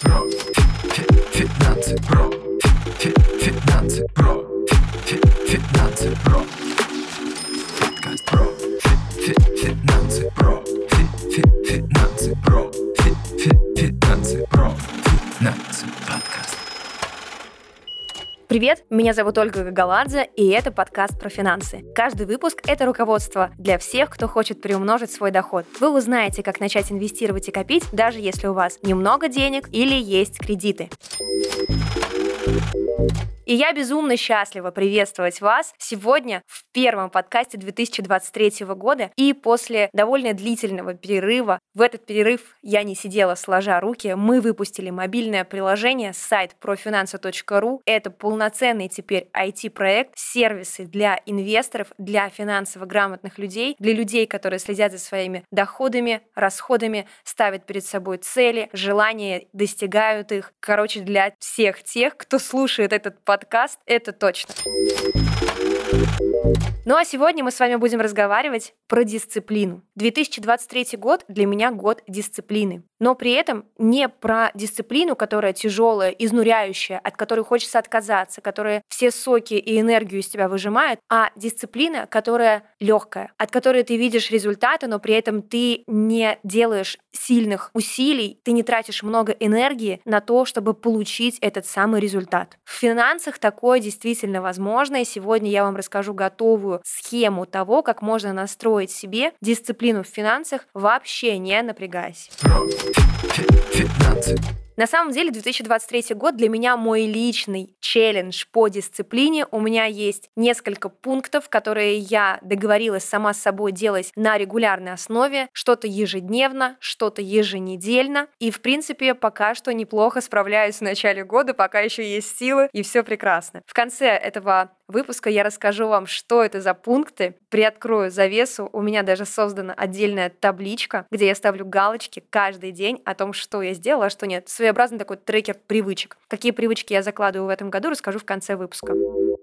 Про финансы, про финансы, про финансы, про подкаст про финансы, про финансы, про финансы, про финансы, подкаст. Привет, меня зовут Ольга Гагаладзе, и это подкаст про финансы. Каждый выпуск — это руководство для всех, кто хочет приумножить свой доход. Вы узнаете, как начать инвестировать и копить, даже если у вас немного денег или есть кредиты. И я безумно счастлива приветствовать вас сегодня в первом подкасте 2023 года. И после довольно длительного перерыва, в этот перерыв я не сидела сложа руки, мы выпустили мобильное приложение, сайт profinanсы.ru. Это полноценный теперь IT-проект, сервисы для инвесторов, для финансово грамотных людей, для людей, которые следят за своими доходами, расходами, ставят перед собой цели, желания, достигают их. Короче, для всех тех, кто слушает этот подкаст, это точно. Ну а сегодня мы с вами будем разговаривать про дисциплину. 2023 год для меня год дисциплины. Но при этом не про дисциплину, которая тяжелая, изнуряющая, от которой хочется отказаться, которая все соки и энергию из тебя выжимает, а дисциплина, которая легкая, от которой ты видишь результаты, но при этом ты не делаешь сильных усилий, ты не тратишь много энергии на то, чтобы получить этот самый результат. В финансах такое действительно возможно, и сегодня я вам расскажу готовую схему того, как можно настроить себе дисциплину в финансах, вообще не напрягаясь. На самом деле 2023 год для меня мой личный челлендж по дисциплине. У меня есть несколько пунктов, которые я договорилась сама с собой делать на регулярной основе, что-то ежедневно, что-то еженедельно. И, в принципе, пока что неплохо справляюсь в начале года, пока еще есть силы, и все прекрасно. В конце этого выпуска я расскажу вам, что это за пункты, приоткрою завесу. У меня даже создана отдельная табличка, где я ставлю галочки каждый день о том, что я сделала, а что нет. Своеобразный такой трекер привычек. Какие привычки я закладываю в этом году, расскажу в конце выпуска.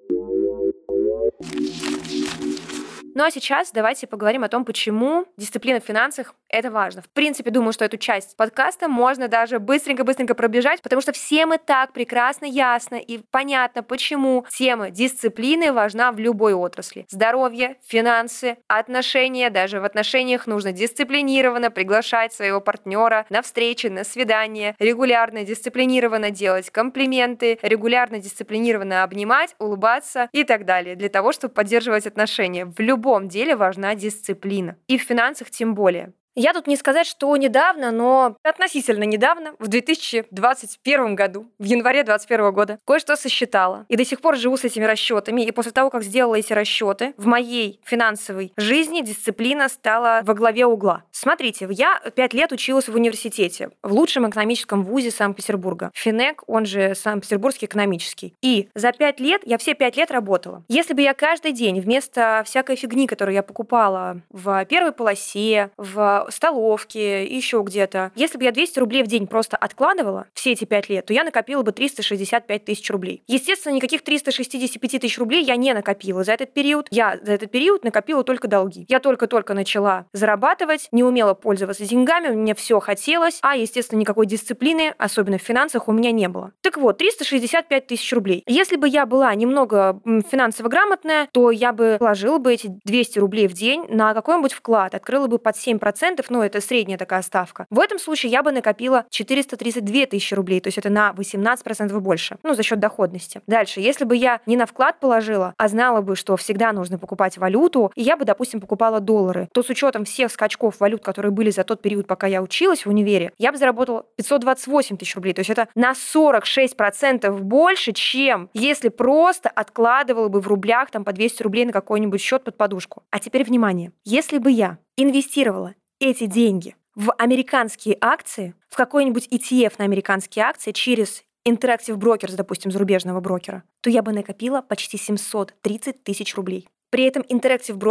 Ну а сейчас давайте поговорим о том, почему дисциплина в финансах — это важно. В принципе, думаю, что эту часть подкаста можно даже быстренько пробежать, потому что всем и так прекрасно, ясно и понятно, почему тема дисциплины важна в любой отрасли. Здоровье, финансы, отношения. Даже в отношениях нужно дисциплинированно приглашать своего партнера на встречи, на свидания, регулярно, дисциплинированно делать комплименты, регулярно, дисциплинированно обнимать, улыбаться и так далее, для того, чтобы поддерживать отношения. В любом деле важна дисциплина. И в финансах тем более. Я тут не сказать, что недавно, но относительно недавно, в 2021 году, в январе 2021 года, кое-что сосчитала. И до сих пор живу с этими расчетами. И после того, как сделала эти расчеты, в моей финансовой жизни дисциплина стала во главе угла. Смотрите, я 5 лет училась в университете, в лучшем экономическом вузе Санкт-Петербурга. ФИНЭК, он же Санкт-Петербургский экономический. И за 5 лет, я все 5 лет работала. Если бы я каждый день вместо всякой фигни, которую я покупала в первой полосе, в столовке, еще где-то. Если бы я 200 рублей в день просто откладывала все эти 5 лет, то я накопила бы 365 тысяч рублей. Естественно, никаких 365 тысяч рублей я не накопила за этот период. Я за этот период накопила только долги. Я только-только начала зарабатывать, не умела пользоваться деньгами, мне все хотелось, а, естественно, никакой дисциплины, особенно в финансах, у меня не было. Так вот, 365 тысяч рублей. Если бы я была немного финансово грамотная, то я бы положила бы эти 200 рублей в день на какой-нибудь вклад, открыла бы под 7%, ну, это средняя такая ставка. В этом случае я бы накопила 432 тысячи рублей, то есть это на 18% больше, ну, за счет доходности. Дальше, если бы я не на вклад положила, а знала бы, что всегда нужно покупать валюту, и я бы, допустим, покупала доллары, то с учетом всех скачков валют, которые были за тот период, пока я училась в универе, я бы заработала 528 тысяч рублей, то есть это на 46% больше, чем если просто откладывала бы в рублях там по 200 рублей на какой-нибудь счет под подушку. А теперь внимание, если бы я инвестировала эти деньги в американские акции, в какой-нибудь ETF на американские акции через Interactive Brokers, допустим, зарубежного брокера, то я бы накопила почти 730 тысяч рублей. При этом Interactive Brokers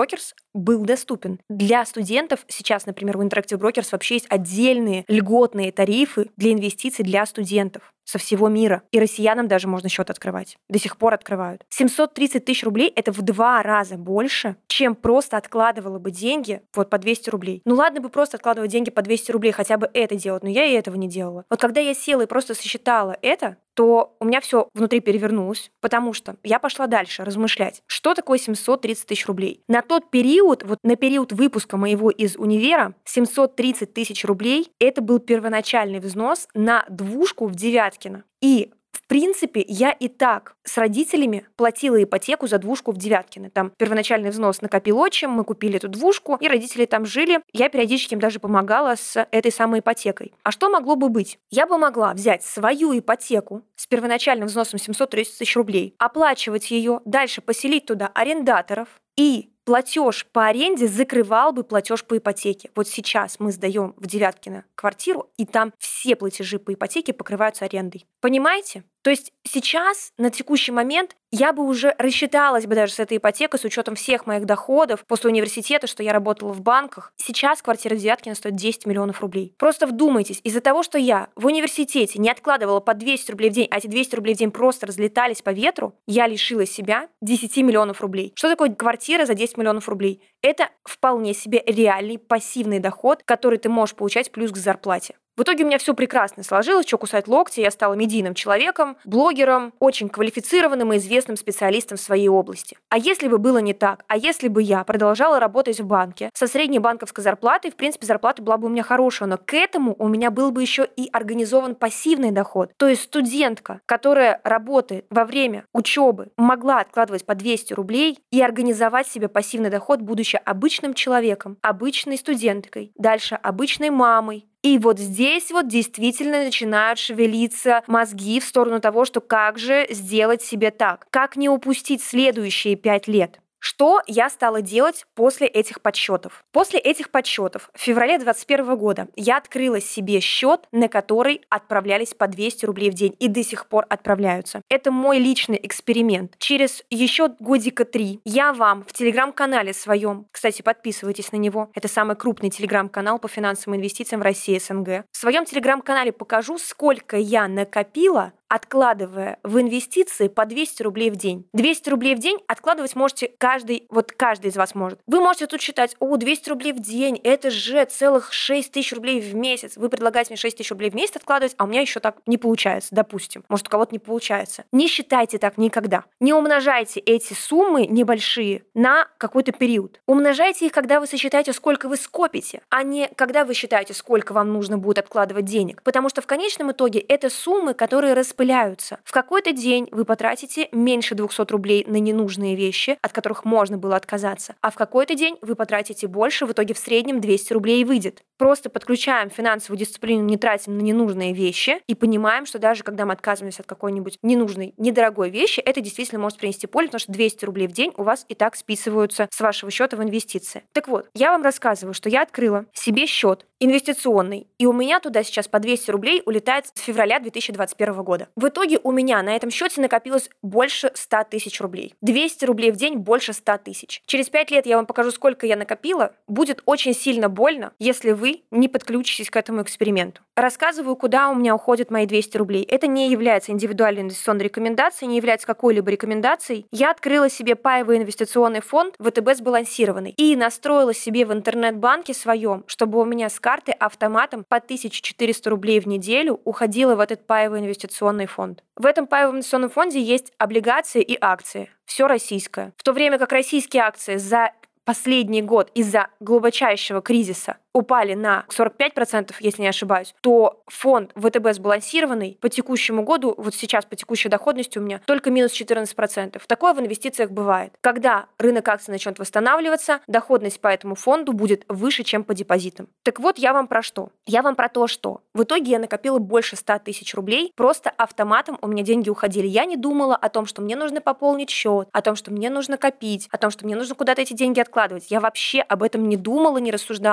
был доступен. Для студентов сейчас, например, у Interactive Brokers вообще есть отдельные льготные тарифы для инвестиций для студентов со всего мира. И россиянам даже можно счет открывать. До сих пор открывают. 730 тысяч рублей — это в 2 раза больше, чем просто откладывала бы деньги вот по 200 рублей. Ну ладно бы просто откладывать деньги по 200 рублей, хотя бы это делать, но я и этого не делала. Вот когда я села и просто сосчитала это, то у меня все внутри перевернулось, потому что я пошла дальше размышлять, что такое 730 тысяч рублей. На тот период, вот на период выпуска моего из универа, 730 тысяч рублей — это был первоначальный взнос на двушку в Девяткино. И в принципе, я и так с родителями платила ипотеку за двушку в Девяткино. Там первоначальный взнос накопил отчим, мы купили эту двушку, и родители там жили. Я периодически им даже помогала с этой самой ипотекой. А что могло бы быть? Я бы могла взять свою ипотеку с первоначальным взносом 730 тысяч рублей, оплачивать ее, дальше поселить туда арендаторов, и платеж по аренде закрывал бы платеж по ипотеке. Вот сейчас мы сдаем в Девяткино квартиру, и там все платежи по ипотеке покрываются арендой. Понимаете? То есть сейчас, на текущий момент, я бы уже рассчиталась бы даже с этой ипотекой с учетом всех моих доходов после университета, что я работала в банках. Сейчас квартира в Девяткино стоит 10 миллионов рублей. Просто вдумайтесь, из-за того, что я в университете не откладывала по 200 рублей в день, а эти 200 рублей в день просто разлетались по ветру, я лишила себя 10 миллионов рублей. Что такое квартира за 10 миллионов рублей? Это вполне себе реальный пассивный доход, который ты можешь получать плюс к зарплате. В итоге у меня все прекрасно сложилось, что кусать локти, я стала медийным человеком, блогером, очень квалифицированным и известным специалистом в своей области. А если бы было не так? А если бы я продолжала работать в банке со средней банковской зарплатой, в принципе, зарплата была бы у меня хорошая, но к этому у меня был бы еще и организован пассивный доход. То есть студентка, которая работает во время учебы, могла откладывать по 200 рублей и организовать себе пассивный доход, будучи обычным человеком, обычной студенткой, дальше обычной мамой. И вот здесь вот действительно начинают шевелиться мозги в сторону того, что как же сделать себе так, как не упустить следующие 5 лет. Что я стала делать после этих подсчетов? После этих подсчетов в феврале 2021 года я открыла себе счет, на который отправлялись по 200 рублей в день и до сих пор отправляются. Это мой личный эксперимент. Через еще годика 3 я вам в телеграм-канале своем, кстати, подписывайтесь на него, это самый крупный телеграм-канал по финансовым инвестициям в России СНГ, в своем телеграм-канале покажу, сколько я накопила, откладывая в инвестиции по 200 рублей в день. 200 рублей в день откладывать можете каждый из вас может. Вы можете тут считать, 200 рублей в день, это же целых 6 тысяч рублей в месяц. Вы предлагаете мне 6 тысяч рублей в месяц откладывать, а у меня еще так не получается, допустим. Может, у кого-то не получается. Не считайте так никогда. Не умножайте эти суммы небольшие на какой-то период. Умножайте их, когда вы сосчитаете, сколько вы скопите, а не когда вы считаете, сколько вам нужно будет откладывать денег. Потому что в конечном итоге это суммы, которые распыляются. В какой-то день вы потратите меньше 200 рублей на ненужные вещи, от которых можно было отказаться, а в какой-то день вы потратите больше, в итоге в среднем 200 рублей выйдет. Просто подключаем финансовую дисциплину, не тратим на ненужные вещи и понимаем, что даже когда мы отказываемся от какой-нибудь ненужной, недорогой вещи, это действительно может принести пользу, потому что 200 рублей в день у вас и так списываются с вашего счета в инвестиции. Так вот, я вам рассказываю, что я открыла себе счет инвестиционный, и у меня туда сейчас по 200 рублей улетает с февраля 2021 года. В итоге у меня на этом счете накопилось больше 100 тысяч рублей. 200 рублей в день больше 100 тысяч. Через 5 лет я вам покажу, сколько я накопила. Будет очень сильно больно, если вы не подключитесь к этому эксперименту. Рассказываю, куда у меня уходят мои 200 рублей. Это не является индивидуальной инвестиционной рекомендацией, не является какой-либо рекомендацией. Я открыла себе паевый инвестиционный фонд ВТБ сбалансированный и настроила себе в интернет-банке своем, чтобы у меня с карты автоматом по 1400 рублей в неделю уходило в этот паевый инвестиционный фонд. В этом паевом инвестиционном фонде есть облигации и акции. Все российское. В то время как российские акции за последний год из-за глубочайшего кризиса упали на 45%, если не ошибаюсь, то фонд ВТБ сбалансированный по текущему году, вот сейчас по текущей доходности у меня только минус 14%. Такое в инвестициях бывает. Когда рынок акций начнет восстанавливаться, доходность по этому фонду будет выше, чем по депозитам. Так вот, я вам про что? Я вам про то, что в итоге я накопила больше 100 тысяч рублей, просто автоматом у меня деньги уходили. Я не думала о том, что мне нужно пополнить счет, о том, что мне нужно копить, о том, что мне нужно куда-то эти деньги откладывать. Я вообще об этом не думала, не рассуждала. Мне просто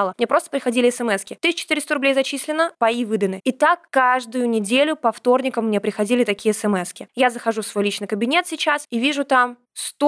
просто приходили смски. 1400 рублей зачислено, паи выданы. И так каждую неделю по вторникам мне приходили такие смски. Я захожу в свой личный кабинет сейчас и вижу там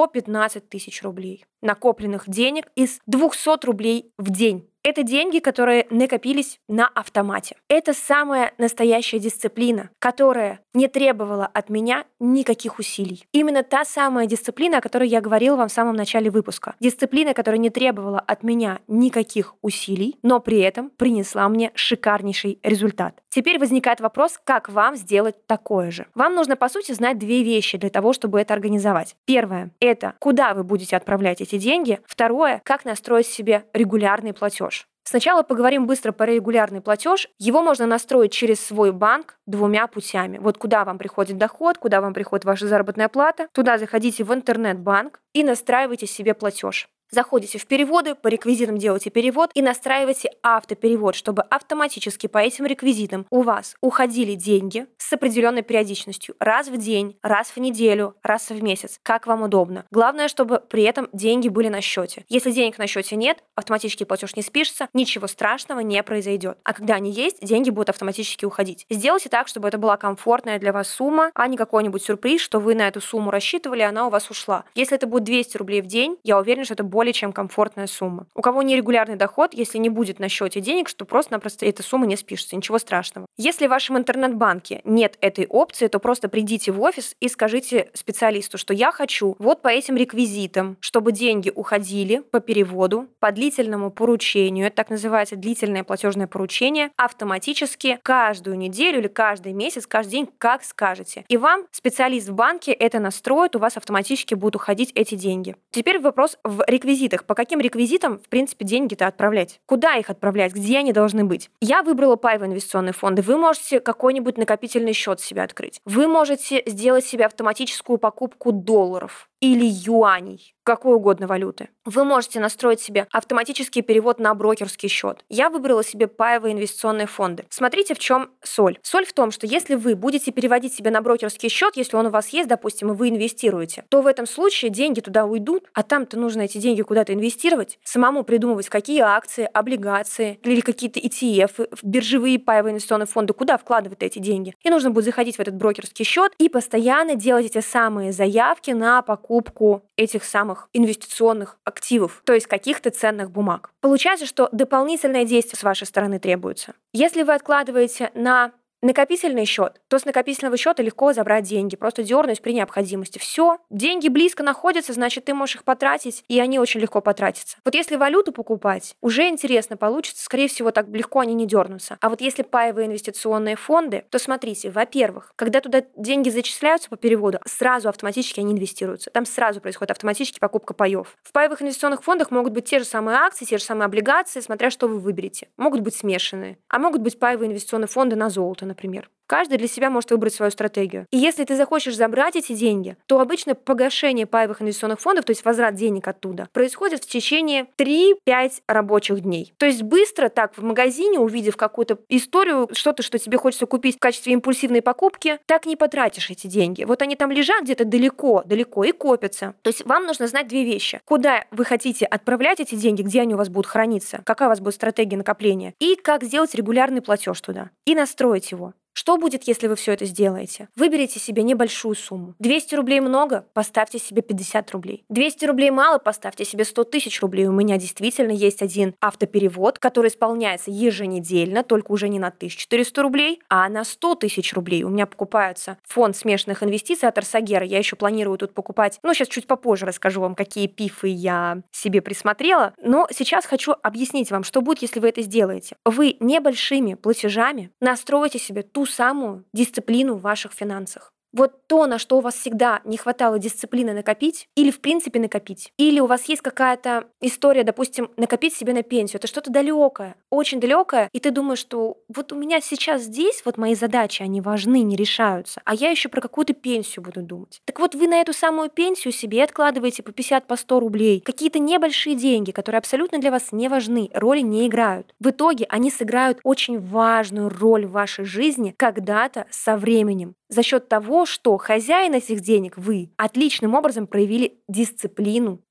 115 тысяч рублей накопленных денег из 200 рублей в день. Это деньги, которые накопились на автомате. Это самая настоящая дисциплина, которая не требовала от меня никаких усилий. Именно та самая дисциплина, о которой я говорила вам в самом начале выпуска. Дисциплина, которая не требовала от меня никаких усилий, но при этом принесла мне шикарнейший результат. Теперь возникает вопрос, как вам сделать такое же. Вам нужно, по сути, знать две вещи для того, чтобы это организовать. Первое — это куда вы будете отправлять эти деньги. Второе — как настроить себе регулярный платеж. Сначала поговорим быстро про регулярный платеж. Его можно настроить через свой банк двумя путями. Вот куда вам приходит доход, куда вам приходит ваша заработная плата. Туда заходите в интернет-банк и настраивайте себе платеж. Заходите в переводы, по реквизитам делаете перевод и настраиваете автоперевод, чтобы автоматически по этим реквизитам у вас уходили деньги с определенной периодичностью. Раз в день, раз в неделю, раз в месяц. Как вам удобно. Главное, чтобы при этом деньги были на счете. Если денег на счете нет, автоматический платеж не спишется, ничего страшного не произойдет. А когда они есть, деньги будут автоматически уходить. Сделайте так, чтобы это была комфортная для вас сумма, а не какой-нибудь сюрприз, что вы на эту сумму рассчитывали, она у вас ушла. Если это будет 200 рублей в день, я уверена, что это более чем комфортная сумма. У кого нерегулярный доход, если не будет на счете денег, что просто-напросто эта сумма не спишется, ничего страшного. Если в вашем интернет-банке нет этой опции, то просто придите в офис и скажите специалисту, что я хочу вот по этим реквизитам, чтобы деньги уходили по переводу, по длительному поручению, это так называется длительное платежное поручение, автоматически каждую неделю или каждый месяц, каждый день, как скажете. И вам специалист в банке это настроит, у вас автоматически будут уходить эти деньги. Теперь вопрос в реквизитах. По каким реквизитам, в принципе, деньги-то отправлять? Куда их отправлять? Где они должны быть? Я выбрала паевые инвестиционные фонды. Вы можете какой-нибудь накопительный счет себе открыть. Вы можете сделать себе автоматическую покупку долларов или юаней, какой угодно валюты. Вы можете настроить себе автоматический перевод на брокерский счет. Я выбрала себе паевые инвестиционные фонды. Смотрите, в чем соль. Соль в том, что если вы будете переводить себе на брокерский счет, если он у вас есть, допустим, и вы инвестируете, то в этом случае деньги туда уйдут, а там-то нужно эти деньги куда-то инвестировать, самому придумывать, какие акции, облигации или какие-то ETF, биржевые паевые инвестиционные фонды, куда вкладывать эти деньги. И нужно будет заходить в этот брокерский счет и постоянно делать эти самые заявки на покупку этих самых инвестиционных активов, то есть каких-то ценных бумаг. Получается, что дополнительное действие с вашей стороны требуется. Если вы откладываете на накопительный счет, то с накопительного счета легко забрать деньги, просто дернуть при необходимости. Все, деньги близко находятся, значит, ты можешь их потратить, и они очень легко потратятся. Вот если валюту покупать, уже интересно получится, скорее всего, так легко они не дернутся. А вот если паевые инвестиционные фонды, то смотрите, во-первых, когда туда деньги зачисляются по переводу, сразу автоматически они инвестируются. Там сразу происходит автоматически покупка паев. В паевых инвестиционных фондах могут быть те же самые акции, те же самые облигации, смотря что вы выберете. Могут быть смешанные, а могут быть паевые инвестиционные фонды на золото, например. Каждый для себя может выбрать свою стратегию. И если ты захочешь забрать эти деньги, то обычно погашение паевых инвестиционных фондов, то есть возврат денег оттуда, происходит в течение 3-5 рабочих дней. То есть быстро так в магазине, увидев какую-то историю, что-то, что тебе хочется купить в качестве импульсивной покупки, так не потратишь эти деньги. Вот они там лежат где-то далеко и копятся. То есть вам нужно знать две вещи. Куда вы хотите отправлять эти деньги, где они у вас будут храниться, какая у вас будет стратегия накопления, и как сделать регулярный платеж туда, и настроить его. Что будет, если вы все это сделаете? Выберите себе небольшую сумму. 200 рублей много? Поставьте себе 50 рублей. 200 рублей мало? Поставьте себе 100 тысяч рублей. У меня действительно есть один автоперевод, который исполняется еженедельно, только уже не на 1400 рублей, а на 100 тысяч рублей. У меня покупается фонд смешанных инвестиций от Арсагера. Я еще планирую тут покупать. Сейчас чуть попозже расскажу вам, какие пифы я себе присмотрела. Но сейчас хочу объяснить вам, что будет, если вы это сделаете. Вы небольшими платежами настроите себе ту самую дисциплину в ваших финансах. Вот то, на что у вас всегда не хватало дисциплины накопить, или в принципе накопить, или у вас есть какая-то история, допустим, накопить себе на пенсию, это что-то далекое, очень далекое, и ты думаешь, что вот у меня сейчас здесь вот мои задачи, они важны, не решаются, а я еще про какую-то пенсию буду думать. Так вот вы на эту самую пенсию себе откладываете по 50, по 100 рублей, какие-то небольшие деньги, которые абсолютно для вас не важны, роли не играют. В итоге они сыграют очень важную роль в вашей жизни когда-то со временем. За счет того, что хозяин этих денег вы отличным образом проявили дисциплину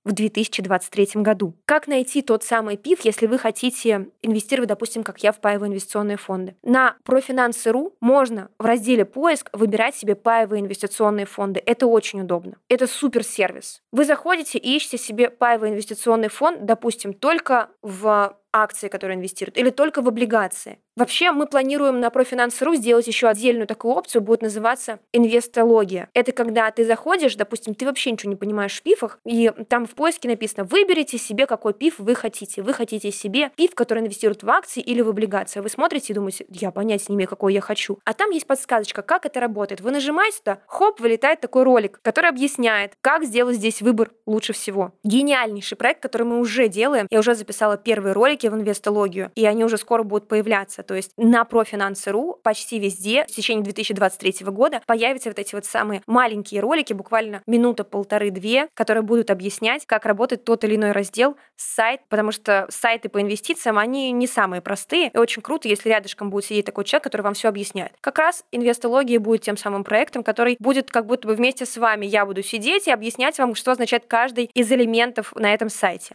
в 2023 году. Как найти тот самый ПИФ, если вы хотите инвестировать, допустим, как я, в паевые инвестиционные фонды? На Профинансы.ру можно в разделе «Поиск» выбирать себе паевые инвестиционные фонды. Это очень удобно. Это суперсервис. Вы заходите и ищете себе паевый инвестиционный фонд, допустим, только в акции, которые инвестируют, или только в облигации. Вообще, мы планируем на Профинансы.ру сделать еще отдельную такую опцию, будет называться инвестология. Это когда ты заходишь, допустим, ты вообще ничего не понимаешь в ПИФах, и там в поиске написано: выберите себе, какой ПИФ вы хотите. Вы хотите себе ПИФ, который инвестирует в акции или в облигации. Вы смотрите и думаете: я понятия не имею, какой я хочу. А там есть подсказочка, как это работает. Вы нажимаете туда, хоп, вылетает такой ролик, который объясняет, как сделать здесь выбор лучше всего. Гениальнейший проект, который мы уже делаем. Я уже записала первые ролики в инвестологию, и они уже скоро будут появляться. То есть на Профинансы.ру почти везде в течение 2023 года появятся вот эти вот самые маленькие ролики, буквально минута, полторы-две, которые будут объяснять, как работает тот или иной раздел сайт, потому что сайты по инвестициям, они не самые простые, и очень круто, если рядышком будет сидеть такой человек, который вам все объясняет. Как раз инвестология будет тем самым проектом, который будет как будто бы вместе с вами. Я буду сидеть и объяснять вам, что означает каждый из элементов на этом сайте.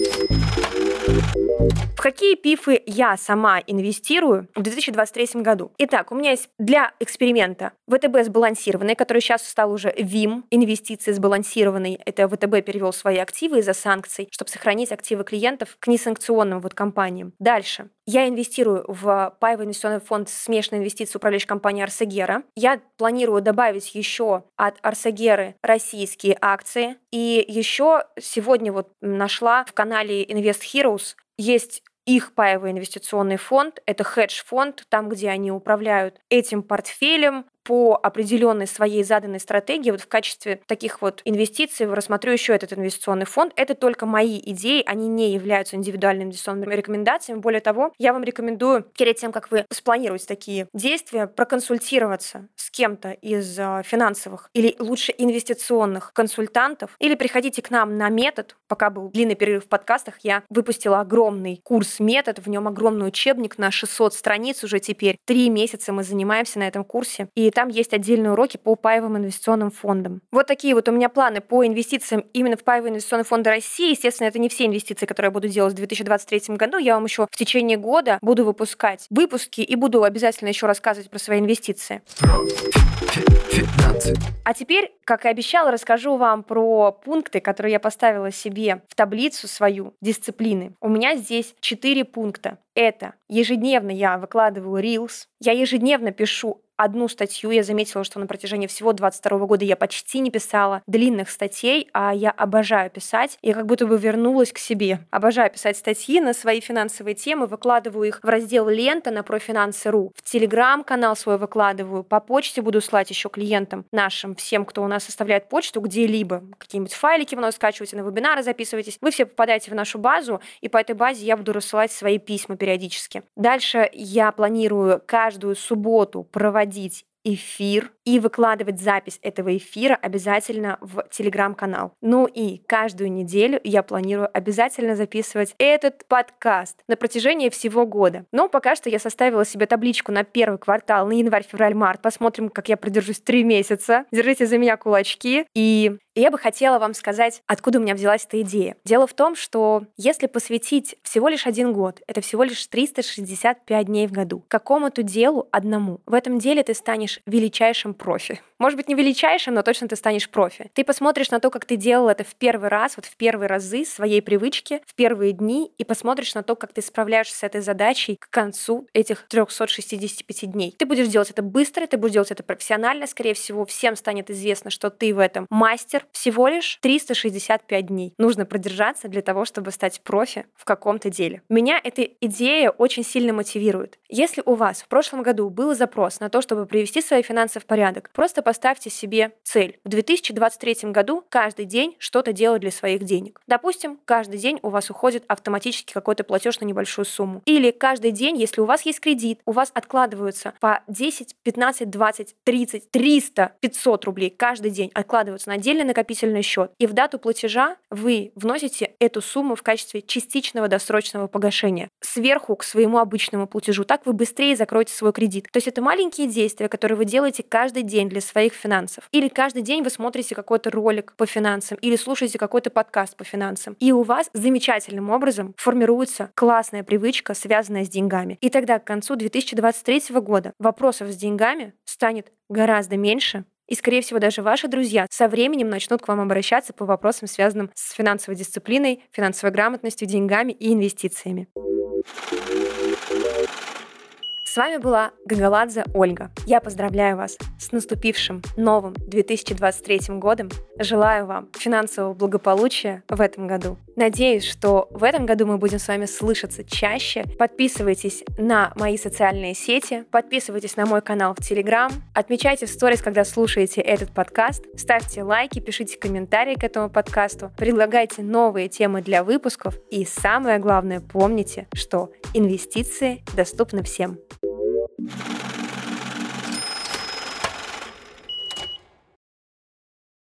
В какие ПИФы я сама инвестирую в 2023 году? Итак, у меня есть для эксперимента ВТБ сбалансированный, который сейчас стал уже ВИМ, инвестиции сбалансированный. Это ВТБ перевел свои активы из-за санкций, чтобы сохранить активы клиентов к несанкционным компаниям. Дальше. Я инвестирую в паевый инвестиционный фонд смешанной инвестиции управляющей компании Арсегера. Я планирую добавить еще от Арсегеры российские акции. И еще сегодня нашла в канале Invest Heroes есть их паевый инвестиционный фонд. Это хедж-фонд, там, где они управляют этим портфелем по определенной своей заданной стратегии. В качестве таких инвестиций рассмотрю еще этот инвестиционный фонд. Это только мои идеи, они не являются индивидуальными инвестиционными рекомендациями. Более того, я вам рекомендую перед тем, как вы спланируете такие действия, проконсультироваться с кем-то из финансовых или лучше инвестиционных консультантов, или приходите к нам на метод. Пока был длинный перерыв в подкастах, я выпустила огромный курс «Метод», в нем огромный учебник на 600 страниц уже теперь. 3 месяца мы занимаемся на этом курсе, и там есть отдельные уроки по паевым инвестиционным фондам. Вот такие у меня планы по инвестициям именно в паевые инвестиционные фонды России. Естественно, это не все инвестиции, которые я буду делать в 2023 году. Я вам еще в течение года буду выпускать выпуски и буду обязательно еще рассказывать про свои инвестиции. А теперь, как и обещала, расскажу вам про пункты, которые я поставила себе в таблицу свою дисциплины. У меня здесь 4 пункта. Это ежедневно я выкладываю Reels, я ежедневно пишу одну статью. Я заметила, что на протяжении всего 2022 года я почти не писала длинных статей, а я обожаю писать. Я как будто бы вернулась к себе. Обожаю писать статьи на свои финансовые темы, выкладываю их в раздел «Лента» на Профинансы.ру, в Телеграм-канал свой выкладываю, по почте буду слать еще клиентам нашим, всем, кто у нас составляет почту где-либо. Какие-нибудь файлики вновь скачивайте, на вебинары записывайтесь. Вы все попадаете в нашу базу, и по этой базе я буду рассылать свои письма периодически. Дальше я планирую каждую субботу проводить эфир и выкладывать запись этого эфира обязательно в Телеграм-канал. Ну и каждую неделю я планирую обязательно записывать этот подкаст на протяжении всего года. Но пока что я составила себе табличку на первый квартал, на январь, февраль, март. Посмотрим, как я продержусь 3 месяца. Держите за меня кулачки. И я бы хотела вам сказать, откуда у меня взялась эта идея. Дело в том, что если посвятить всего лишь 1 год, это всего лишь 365 дней в году, какому-то делу одному, в этом деле ты станешь величайшим профи. Может быть, не величайшим, но точно ты станешь профи. Ты посмотришь на то, как ты делал это в первый раз, в первые разы своей привычки, в первые дни, и посмотришь на то, как ты справляешься с этой задачей к концу этих 365 дней. Ты будешь делать это быстро, ты будешь делать это профессионально, скорее всего, всем станет известно, что ты в этом мастер. Всего лишь 365 дней нужно продержаться для того, чтобы стать профи в каком-то деле. Меня эта идея очень сильно мотивирует. Если у вас в прошлом году был запрос на то, чтобы привести свои финансы в порядок, просто поставьте себе цель. В 2023 году каждый день что-то делать для своих денег. Допустим, каждый день у вас уходит автоматически какой-то платеж на небольшую сумму. Или каждый день, если у вас есть кредит, у вас откладываются по 10, 15, 20, 30, 300, 500 рублей каждый день откладываются на отдельный накопительный счет. И в дату платежа вы вносите эту сумму в качестве частичного досрочного погашения сверху к своему обычному платежу. Так вы быстрее закроете свой кредит. То есть это маленькие действия, которые вы делаете каждый день для своих финансов. Или каждый день вы смотрите какой-то ролик по финансам, или слушаете какой-то подкаст по финансам. И у вас замечательным образом формируется классная привычка, связанная с деньгами. И тогда к концу 2023 года вопросов с деньгами станет гораздо меньше. И, скорее всего, даже ваши друзья со временем начнут к вам обращаться по вопросам, связанным с финансовой дисциплиной, финансовой грамотностью, деньгами и инвестициями. С вами была Гагаладзе Ольга. Я поздравляю вас с наступившим новым 2023 годом. Желаю вам финансового благополучия в этом году. Надеюсь, что в этом году мы будем с вами слышаться чаще. Подписывайтесь на мои социальные сети, подписывайтесь на мой канал в Telegram, отмечайте в сторис, когда слушаете этот подкаст, ставьте лайки, пишите комментарии к этому подкасту, предлагайте новые темы для выпусков и самое главное, помните, что инвестиции доступны всем.